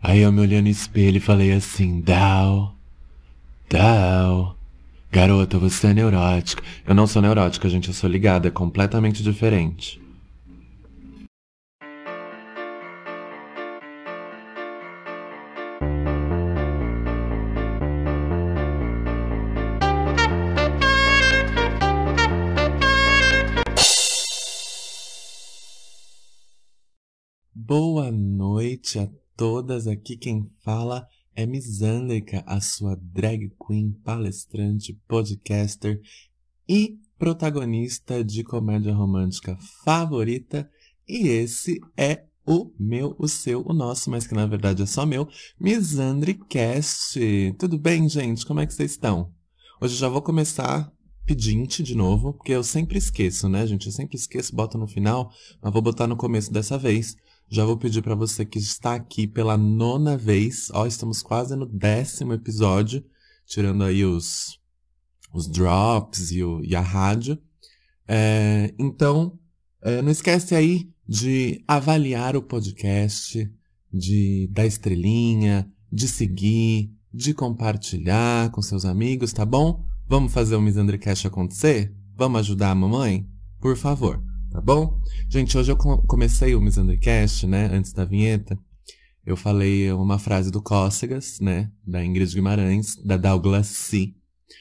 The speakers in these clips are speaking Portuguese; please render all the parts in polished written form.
Aí eu me olhei no espelho e falei assim, Dal, garota, você é neurótica. Eu não sou neurótica, gente, eu sou ligada, é completamente diferente. Boa noite a todas, aqui quem fala é Misandrica, a sua drag queen, palestrante, podcaster e protagonista de comédia romântica favorita. E esse é o meu, o seu, o nosso, mas que na verdade é só meu, Misandricast. Tudo bem, gente? Como é que vocês estão? Hoje eu já vou começar pedinte de novo, porque eu sempre esqueço, né, gente? Eu sempre esqueço, boto no final, mas vou botar no começo dessa vez. Já vou pedir pra você que está aqui pela 9ª vez. Ó, estamos quase no 10º episódio, tirando aí os drops e a rádio. Então, não esquece aí de avaliar o podcast, de dar estrelinha, de seguir, de compartilhar com seus amigos, tá bom? Vamos fazer o Misandricast acontecer? Vamos ajudar a mamãe? Por favor, tá bom? Gente, hoje eu comecei o Misandricast, né, antes da vinheta. Eu falei uma frase do Cócegas, né, da Ingrid Guimarães, da Douglas C.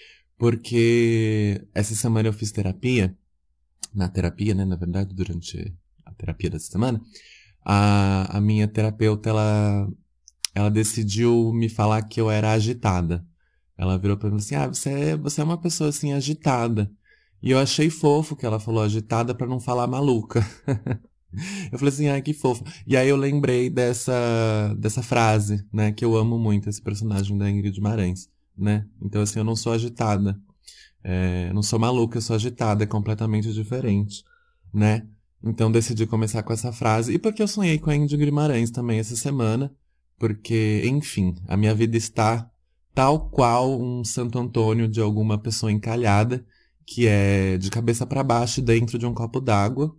Porque essa semana eu fiz terapia, na verdade, durante a terapia dessa semana, a minha terapeuta, ela decidiu me falar que eu era agitada. Ela virou pra mim assim, você é uma pessoa assim, agitada. E eu achei fofo que ela falou agitada pra não falar maluca. Eu falei assim, que fofo. E aí eu lembrei dessa frase, né, que eu amo muito, esse personagem da Ingrid Guimarães, né? Então assim, eu não sou agitada. Não sou maluca, eu sou agitada, é completamente diferente, né? Então decidi começar com essa frase. E porque eu sonhei com a Ingrid Guimarães também essa semana. Porque, enfim, a minha vida está tal qual um Santo Antônio de alguma pessoa encalhada, que é de cabeça para baixo dentro de um copo d'água.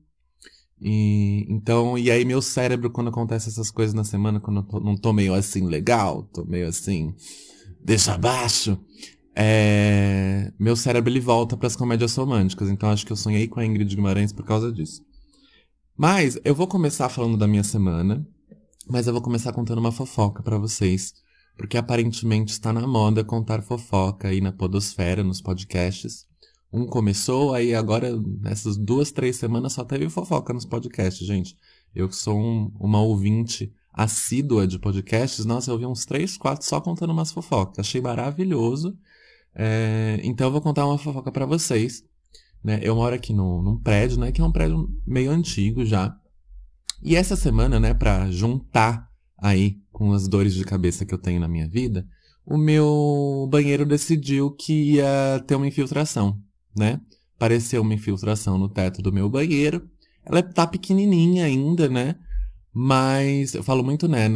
E aí meu cérebro, quando acontece essas coisas na semana, quando eu não tô meio assim legal, tô meio assim, deixa abaixo, meu cérebro ele volta pras comédias românticas. Então acho que eu sonhei com a Ingrid Guimarães por causa disso. Mas eu vou começar falando da minha semana, mas eu vou começar contando uma fofoca pra vocês, porque aparentemente está na moda contar fofoca aí na podosfera, nos podcasts. Começou, aí agora, nessas 2, 3 semanas, só teve fofoca nos podcasts, gente. Eu que sou uma ouvinte assídua de podcasts, nossa, eu ouvi uns 3, 4 só contando umas fofocas. Achei maravilhoso. Então eu vou contar uma fofoca pra vocês. Né? Eu moro aqui num prédio, né, que é um prédio meio antigo já. E essa semana, né, pra juntar aí com as dores de cabeça que eu tenho na minha vida, o meu banheiro decidiu que ia ter uma infiltração, né? Apareceu uma infiltração no teto do meu banheiro. Ela tá pequenininha ainda, né? Mas eu falo muito né?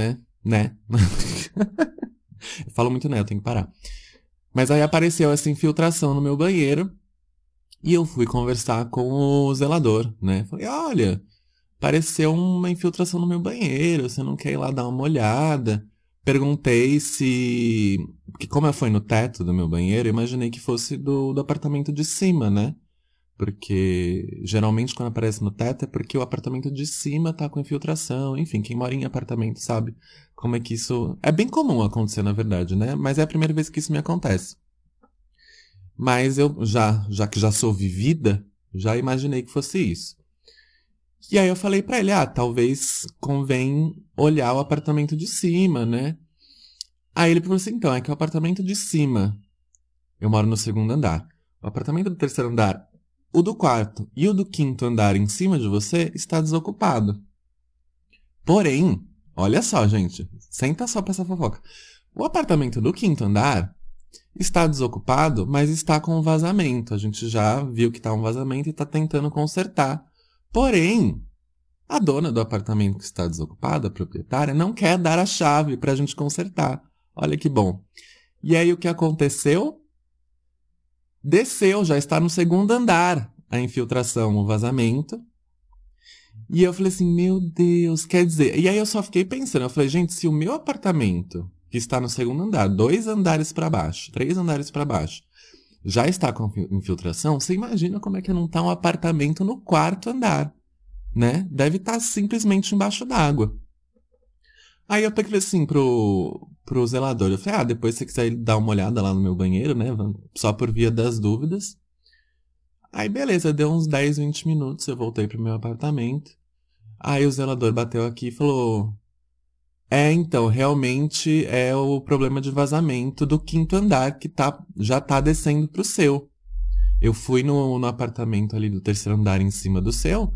Eu falo muito né, eu tenho que parar. Mas aí apareceu essa infiltração no meu banheiro e eu fui conversar com o zelador, né? Falei, olha, apareceu uma infiltração no meu banheiro, você não quer ir lá dar uma olhada? Perguntei se... Porque como foi no teto do meu banheiro, eu imaginei que fosse do apartamento de cima, né? Porque geralmente quando aparece no teto é porque o apartamento de cima tá com infiltração. Enfim, quem mora em apartamento sabe como é que isso... É bem comum acontecer, na verdade, né? Mas é a primeira vez que isso me acontece. Mas eu, já que já sou vivida, já imaginei que fosse isso. E aí eu falei pra ele, talvez convém olhar o apartamento de cima, né? Aí ele falou assim, então, é que o apartamento de cima, eu moro no 2º andar. O apartamento do 3º andar, o do 4º e o do 5º andar em cima de você está desocupado. Porém, olha só, gente, senta só pra essa fofoca. O apartamento do 5º andar está desocupado, mas está com um vazamento. A gente já viu que tá um vazamento e tá tentando consertar. Porém, a dona do apartamento que está desocupada, a proprietária, não quer dar a chave pra gente consertar. Olha que bom. E aí o que aconteceu? Desceu, já está no 2º andar a infiltração, o vazamento. E eu falei assim, meu Deus, quer dizer... E aí eu só fiquei pensando, eu falei, gente, se o meu apartamento, que está no segundo andar, 2 andares pra baixo, 3 andares pra baixo, já está com infiltração, você imagina como é que não tá um apartamento no 4º andar, né? Deve estar simplesmente embaixo d'água. Aí eu peguei assim pro zelador, eu falei, depois se você quiser dar uma olhada lá no meu banheiro, né? Só por via das dúvidas. Aí beleza, deu uns 10, 20 minutos, eu voltei pro meu apartamento. Aí o zelador bateu aqui e falou... então, realmente é o problema de vazamento do 5º andar que já tá descendo pro seu. Eu fui no apartamento ali do 3º andar em cima do seu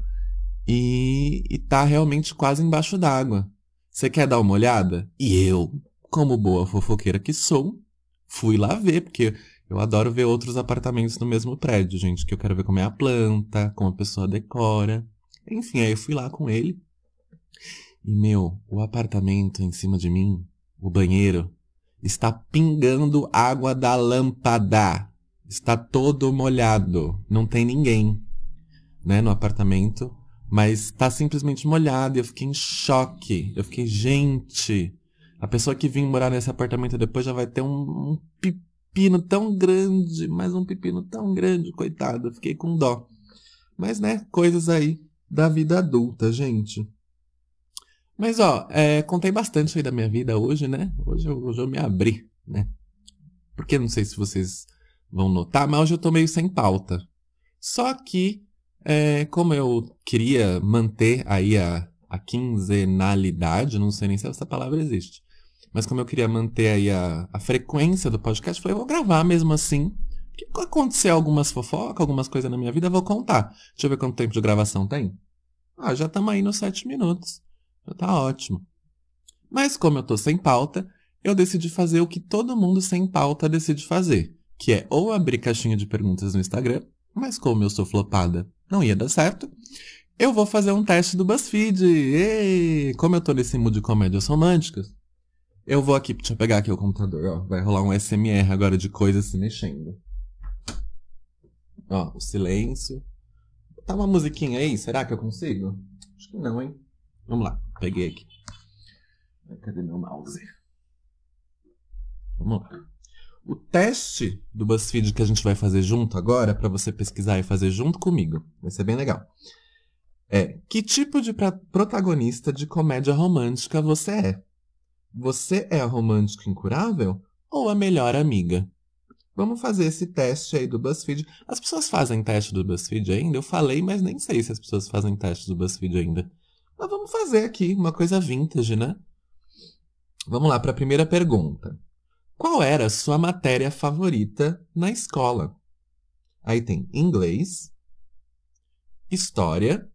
e tá realmente quase embaixo d'água. Você quer dar uma olhada? E eu, como boa fofoqueira que sou, fui lá ver, porque eu adoro ver outros apartamentos no mesmo prédio, gente, que eu quero ver como é a planta, como a pessoa decora. Enfim, aí eu fui lá com ele. E, o apartamento em cima de mim, o banheiro, está pingando água da lâmpada. Está todo molhado. Não tem ninguém, né, no apartamento. Mas está simplesmente molhado e eu fiquei em choque. Eu fiquei, gente... A pessoa que vir morar nesse apartamento depois já vai ter um pepino tão grande. Mais um pepino tão grande, coitado. Eu fiquei com dó. Mas, né, coisas aí da vida adulta, gente. Mas, contei bastante aí da minha vida hoje, né? Hoje eu me abri, né? Porque não sei se vocês vão notar, mas hoje eu tô meio sem pauta. Só que, como eu queria manter aí a quinzenalidade, não sei nem se essa palavra existe, mas como eu queria manter aí a frequência do podcast, eu falei, eu vou gravar mesmo assim. Porque acontecer algumas fofocas, algumas coisas na minha vida, eu vou contar. Deixa eu ver quanto tempo de gravação tem. Já estamos aí nos 7 minutos. Já tá ótimo. Mas como eu tô sem pauta, eu decidi fazer o que todo mundo sem pauta decide fazer. Que é ou abrir caixinha de perguntas no Instagram, mas como eu sou flopada, não ia dar certo. Eu vou fazer um teste do BuzzFeed. Ei! Como eu tô nesse mood de comédias românticas, eu vou aqui, deixa eu pegar aqui o computador, ó. Vai rolar um SMR agora de coisas se mexendo. Ó, o silêncio. Tá uma musiquinha aí? Será que eu consigo? Acho que não, hein? Vamos lá, peguei aqui. Cadê meu mouse? Vamos lá. O teste do BuzzFeed que a gente vai fazer junto agora, pra você pesquisar e fazer junto comigo, vai ser bem legal. Que tipo de protagonista de comédia romântica você é? Você é a romântica incurável ou a melhor amiga? Vamos fazer esse teste aí do BuzzFeed. As pessoas fazem teste do BuzzFeed ainda? Eu falei, mas nem sei se as pessoas fazem teste do BuzzFeed ainda. Mas vamos fazer aqui uma coisa vintage, né? Vamos lá para a primeira pergunta. Qual era a sua matéria favorita na escola? Aí tem inglês, história,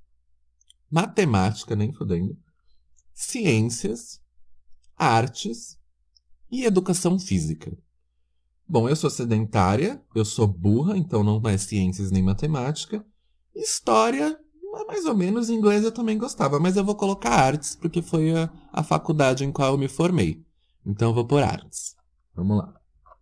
matemática, nem fudendo, ciências, artes e educação física. Bom, eu sou sedentária, eu sou burra, então não é ciências nem matemática. História, mais ou menos, inglês eu também gostava, mas eu vou colocar artes, porque foi a faculdade em qual eu me formei. Então eu vou por artes. Vamos lá.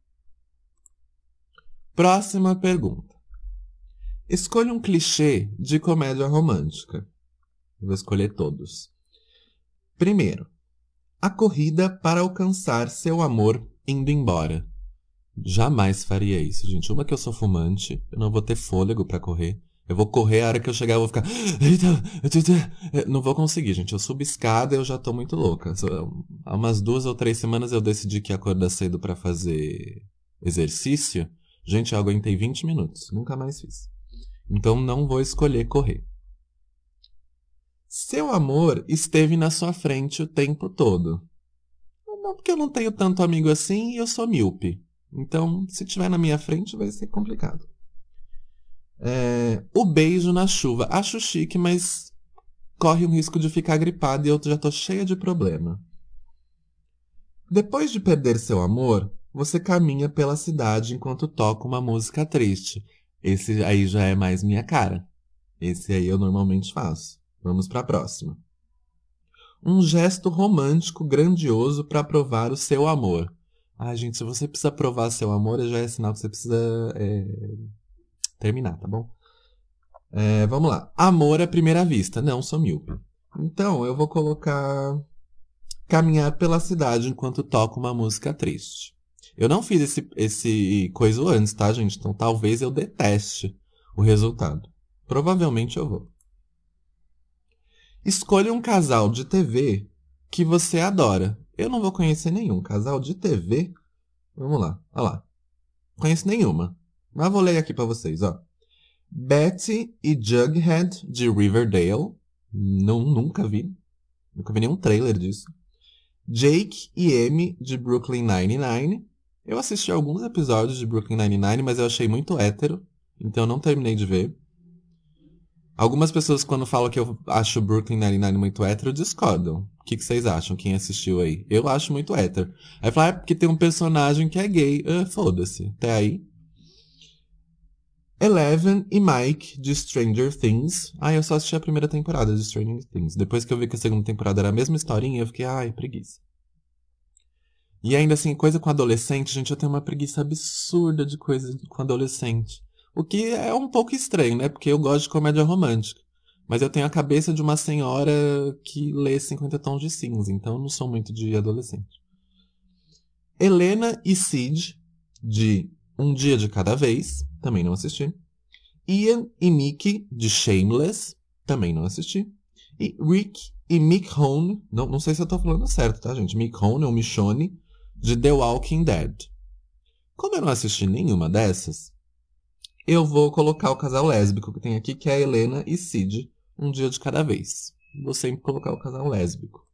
Próxima pergunta. Escolha um clichê de comédia romântica. Vou escolher todos. Primeiro, a corrida para alcançar seu amor indo embora. Jamais faria isso, gente. Uma que eu sou fumante, eu não vou ter fôlego pra correr. Eu vou correr, a hora que eu chegar eu vou ficar... Não vou conseguir, gente. Eu subo escada e eu já tô muito louca. Há umas 2 ou 3 semanas eu decidi que ia acordar cedo pra fazer exercício. Gente, eu aguentei 20 minutos. Nunca mais fiz. Então não vou escolher correr. Seu amor esteve na sua frente o tempo todo. Não, porque eu não tenho tanto amigo assim e eu sou míope. Então, se estiver na minha frente, vai ser complicado. O beijo na chuva. Acho chique, mas corre um risco de ficar gripado e eu já tô cheia de problema. Depois de perder seu amor, você caminha pela cidade enquanto toca uma música triste. Esse aí já é mais minha cara. Esse aí eu normalmente faço. Vamos para a próxima. Um gesto romântico grandioso para provar o seu amor. Gente, se você precisa provar seu amor, já é sinal que você precisa terminar, tá bom? Vamos lá. Amor à primeira vista. Não, sou míope. Então, eu vou colocar caminhar pela cidade enquanto toco uma música triste. Eu não fiz esse coisa antes, tá, gente? Então talvez eu deteste o resultado. Provavelmente eu vou. Escolha um casal de TV que você adora. Eu não vou conhecer nenhum. Casal de TV? Vamos lá. Olha lá. Conheço nenhuma. Mas vou ler aqui pra vocês, ó. Betty e Jughead, de Riverdale. Nunca vi. Nunca vi nenhum trailer disso. Jake e Amy, de Brooklyn Nine-Nine. Eu assisti alguns episódios de Brooklyn Nine-Nine, mas eu achei muito hétero. Então eu não terminei de ver. Algumas pessoas, quando falam que eu acho Brooklyn Nine-Nine muito hétero, discordam. O que vocês acham? Quem assistiu aí? Eu acho muito hétero. Aí fala, porque tem um personagem que é gay. Foda-se. Até aí. Eleven e Mike, de Stranger Things. Eu só assisti a primeira temporada de Stranger Things. Depois que eu vi que a segunda temporada era a mesma historinha, eu fiquei, preguiça. E ainda assim, coisa com adolescente, gente, eu tenho uma preguiça absurda de coisa com adolescente. O que é um pouco estranho, né? Porque eu gosto de comédia romântica. Mas eu tenho a cabeça de uma senhora que lê 50 tons de cinza, então eu não sou muito de adolescente. Helena e Sid, de Um Dia de Cada Vez, também não assisti. Ian e Mickey, de Shameless, também não assisti. E Rick e Michonne, não sei se eu tô falando certo, tá, gente? Michonne ou Michonne, de The Walking Dead. Como eu não assisti nenhuma dessas, eu vou colocar o casal lésbico que tem aqui, que é a Helena e Sid, Um Dia de Cada Vez. Vou sempre colocar o casal lésbico.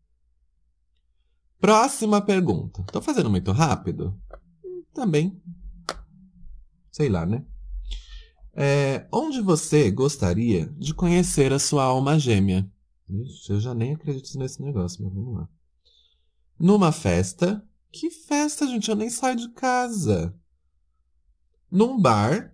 Próxima pergunta. Tô fazendo muito rápido? Também. Sei lá, né? Onde você gostaria de conhecer a sua alma gêmea? Ixi, eu já nem acredito nesse negócio, mas vamos lá. Numa festa? Que festa, gente? Eu nem saio de casa. Num bar?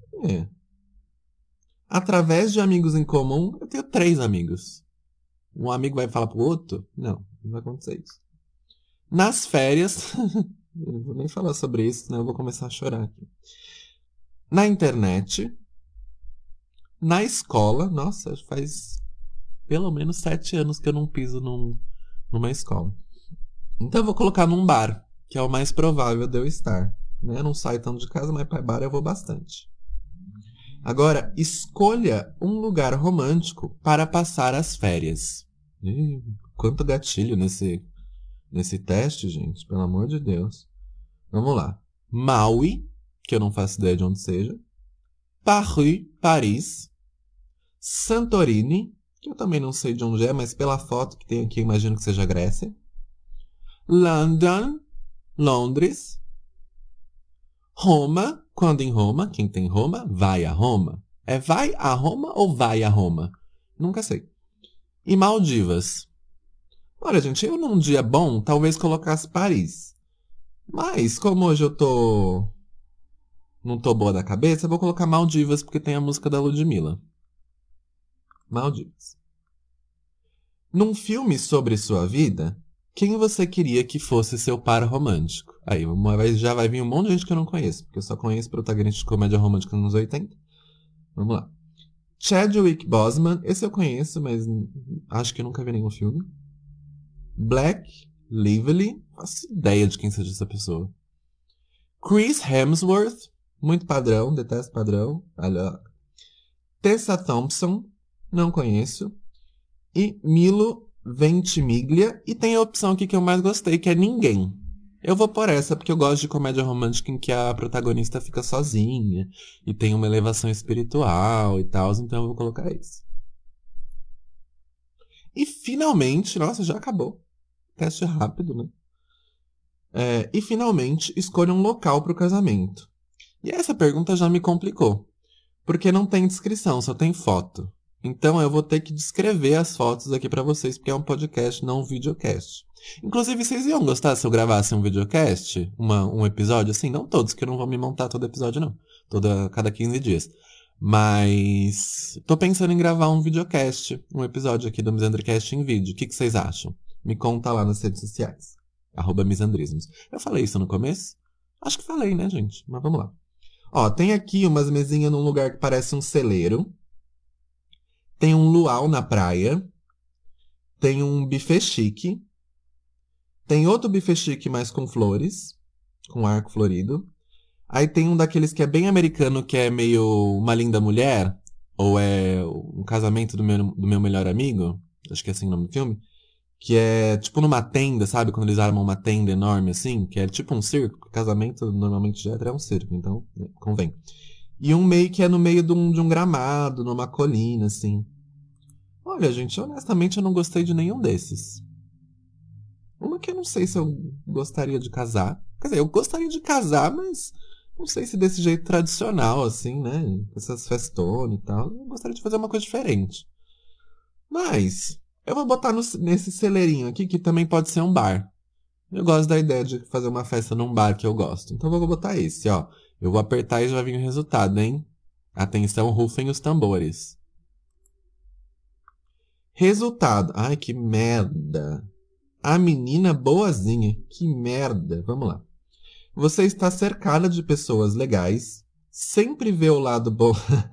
Através de amigos em comum, eu tenho 3 amigos. Um amigo vai falar pro outro? Não vai acontecer isso. Nas férias... eu não vou nem falar sobre isso, senão eu vou começar a chorar aqui. Na internet. Na escola. Nossa, faz pelo menos 7 anos que eu não piso numa escola. Então eu vou colocar num bar, que é o mais provável de eu estar. Eu não saio tanto de casa, mas para bar eu vou bastante. Agora, escolha um lugar romântico para passar as férias. Quanto gatilho nesse teste, gente. Pelo amor de Deus. Vamos lá. Maui, que eu não faço ideia de onde seja. Paris. Santorini, que eu também não sei de onde é, mas pela foto que tem aqui, eu imagino que seja Grécia. Londres. Roma, quando em Roma, quem tem Roma, vai a Roma. É vai a Roma ou vai a Roma? Nunca sei. E Maldivas. Olha, gente, eu num dia bom, talvez colocasse Paris. Mas, como hoje eu não tô boa da cabeça, eu vou colocar Maldivas, porque tem a música da Ludmilla. Maldivas. Num filme sobre sua vida, quem você queria que fosse seu par romântico? Aí, já vai vir um monte de gente que eu não conheço, porque eu só conheço protagonistas de comédia romântica nos 80. Vamos lá. Chadwick Boseman, esse eu conheço, mas acho que eu nunca vi nenhum filme. Black Lively, não faço ideia de quem seja essa pessoa. Chris Hemsworth, muito padrão, detesto padrão. Tessa Thompson, não conheço. E Milo Ventimiglia. E tem a opção aqui que eu mais gostei, que é Ninguém. Eu vou por essa, porque eu gosto de comédia romântica em que a protagonista fica sozinha. E tem uma elevação espiritual e tal, então eu vou colocar esse. E finalmente, nossa, já acabou. Teste rápido, né? E finalmente, escolha um local para o casamento. E essa pergunta já me complicou. Porque não tem descrição, só tem foto. Então eu vou ter que descrever as fotos aqui para vocês, porque é um podcast, não um videocast. Inclusive, vocês iam gostar se eu gravasse um videocast? Um episódio assim? Não todos, que eu não vou me montar todo episódio, não. Cada 15 dias. Mas tô pensando em gravar um videocast, um episódio aqui do Misandricast em vídeo. O que vocês acham? Me conta lá nas redes sociais. @misandrismos. Eu falei isso no começo? Acho que falei, né, gente? Mas vamos lá. Ó, tem aqui umas mesinhas num lugar que parece um celeiro. Tem um luau na praia. Tem um buffet chique. Tem outro buffet chique, mas com flores. Com arco florido. Aí tem um daqueles que é bem americano, que é meio Uma Linda Mulher. Ou é Um Casamento do meu melhor amigo. Acho que é assim o nome do filme. Que é tipo numa tenda, sabe? Quando eles armam uma tenda enorme assim. Que é tipo um circo. Casamento normalmente já é um circo, então convém. E um meio que é no meio de um gramado, numa colina, assim. Olha, gente, honestamente eu não gostei de nenhum desses. Uma que eu não sei se eu gostaria de casar. Quer dizer, eu gostaria de casar, mas não sei se desse jeito tradicional, assim, né? Essas festonas e tal. Eu gostaria de fazer uma coisa diferente. Mas eu vou botar nesse celeirinho aqui, que também pode ser um bar. Eu gosto da ideia de fazer uma festa num bar que eu gosto. Então eu vou botar esse, ó. Eu vou apertar e já vem o resultado, hein? Atenção, rufem os tambores. Resultado. Ai, que merda. A menina boazinha. Que merda. Vamos lá. Você está cercada de pessoas legais. Sempre vê o lado bom.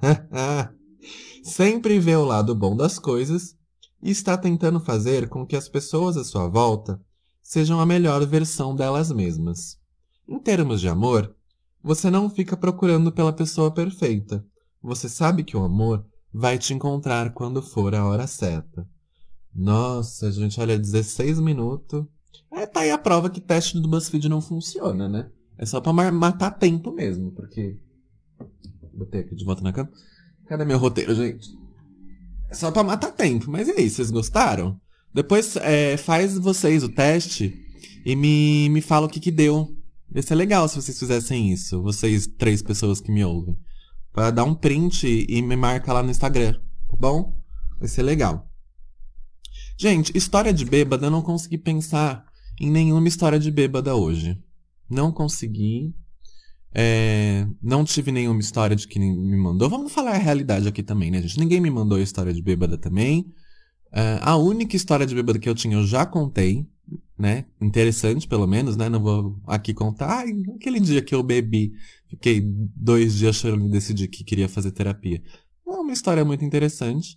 Sempre vê o lado bom das coisas. E está tentando fazer com que as pessoas à sua volta sejam a melhor versão delas mesmas. Em termos de amor, você não fica procurando pela pessoa perfeita. Você sabe que o amor vai te encontrar quando for a hora certa. Nossa, gente, olha, 16 minutos. Tá aí a prova que teste do BuzzFeed não funciona, né? É só pra matar tempo mesmo, porque... Botei aqui de volta na cama. Cadê meu roteiro, gente? É só pra matar tempo. Mas e aí, vocês gostaram? Depois faz vocês o teste e me fala o que deu. Ia ser legal se vocês fizessem isso. Vocês 3 pessoas que me ouvem. Pra dar um print e me marca lá no Instagram. Tá bom? Vai ser legal. Gente, história de bêbada, eu não consegui pensar em nenhuma história de bêbada hoje. Não consegui. Não tive nenhuma história de quem me mandou. Vamos falar a realidade aqui também, né, gente? Ninguém me mandou história de bêbada também. A única história de bêbada que eu tinha, eu já contei, né? Interessante, pelo menos, né? Não vou aqui contar. Ai, aquele dia que eu bebi, fiquei 2 dias chorando e decidi que queria fazer terapia. É uma história muito interessante.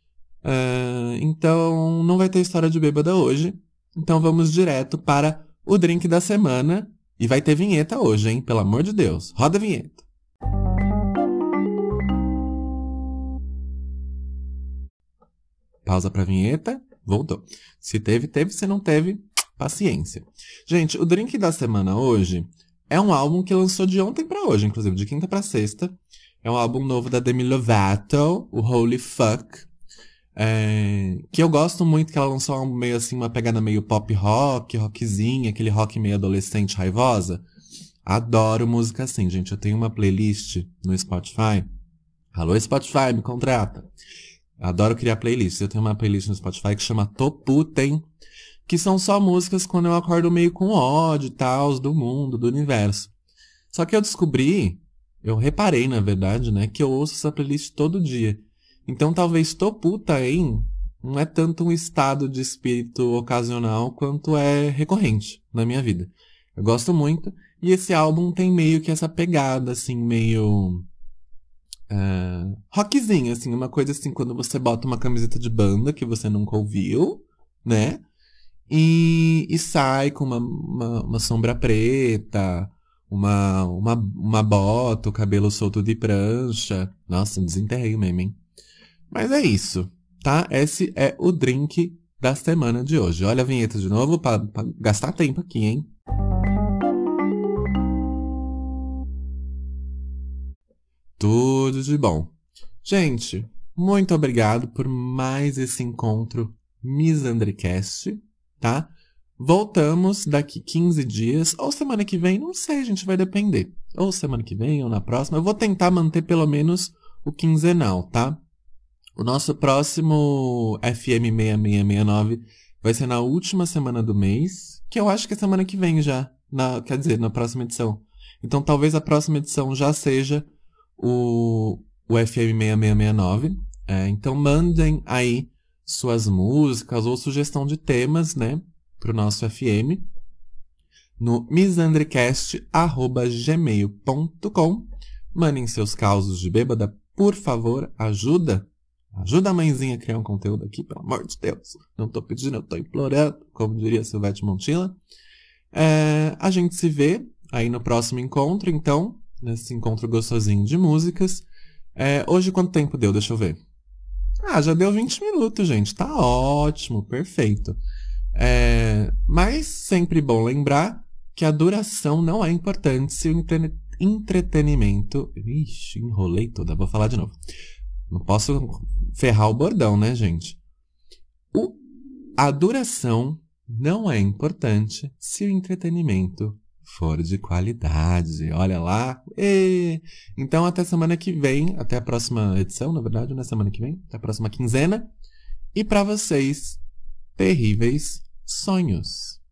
Então, não vai ter história de bêbada hoje. Então, vamos direto para o drink da semana. E vai ter vinheta hoje, hein? Pelo amor de Deus. Roda a vinheta. Pausa pra vinheta. Voltou. Se teve, teve. Se não teve, paciência. Gente, o drink da semana hoje é um álbum que lançou de ontem pra hoje, inclusive, de quinta pra sexta. É um álbum novo da Demi Lovato, o Holy Fuck. Que eu gosto muito, que ela lançou um meio assim, uma pegada meio pop rock, rockzinha, aquele rock meio adolescente raivosa. Adoro música assim, gente. Eu tenho uma playlist no Spotify. Alô, Spotify, me contrata. Adoro criar playlists. Eu tenho uma playlist no Spotify que chama Toputem, que são só músicas quando eu acordo meio com ódio e tal, do mundo, do universo. Só que eu reparei, na verdade, né, que eu ouço essa playlist todo dia. Então talvez tô puta, hein? Não é tanto um estado de espírito ocasional quanto é recorrente na minha vida. Eu gosto muito. E esse álbum tem meio que essa pegada, assim, meio... rockzinho, assim. Uma coisa assim, quando você bota uma camiseta de banda que você nunca ouviu, né? E sai com uma sombra preta, uma bota, o cabelo solto de prancha. Nossa, desenterrei mesmo, hein? Mas é isso, tá? Esse é o drink da semana de hoje. Olha a vinheta de novo pra gastar tempo aqui, hein? Tudo de bom. Gente, muito obrigado por mais esse encontro Misandricast, tá? Voltamos daqui 15 dias, ou semana que vem, não sei, gente, vai depender. Ou semana que vem, ou na próxima. Eu vou tentar manter pelo menos o quinzenal, tá? O nosso próximo FM 6669 vai ser na última semana do mês, que eu acho que é semana que vem já, quer dizer, na próxima edição. Então talvez a próxima edição já seja o FM 6669. Então mandem aí suas músicas ou sugestão de temas, né, pro nosso FM no misandricast@gmail.com. Mandem seus causos de bêbada, por favor, ajuda Ajuda a mãezinha a criar um conteúdo aqui, pelo amor de Deus. Não tô pedindo, eu tô implorando, como diria Silvete Montilla. A gente se vê aí no próximo encontro, então, nesse encontro gostosinho de músicas. Hoje quanto tempo deu? Deixa eu ver. Já deu 20 minutos, gente. Tá ótimo, perfeito. Mas sempre bom lembrar que a duração não é importante se o entretenimento... Ixi, enrolei toda. Vou falar de novo. Não posso ferrar o bordão, né, gente? A duração não é importante se o entretenimento for de qualidade. Olha lá. Então, até semana que vem. Até a próxima edição, na verdade, na semana que vem. Até a próxima quinzena. E para vocês, terríveis sonhos.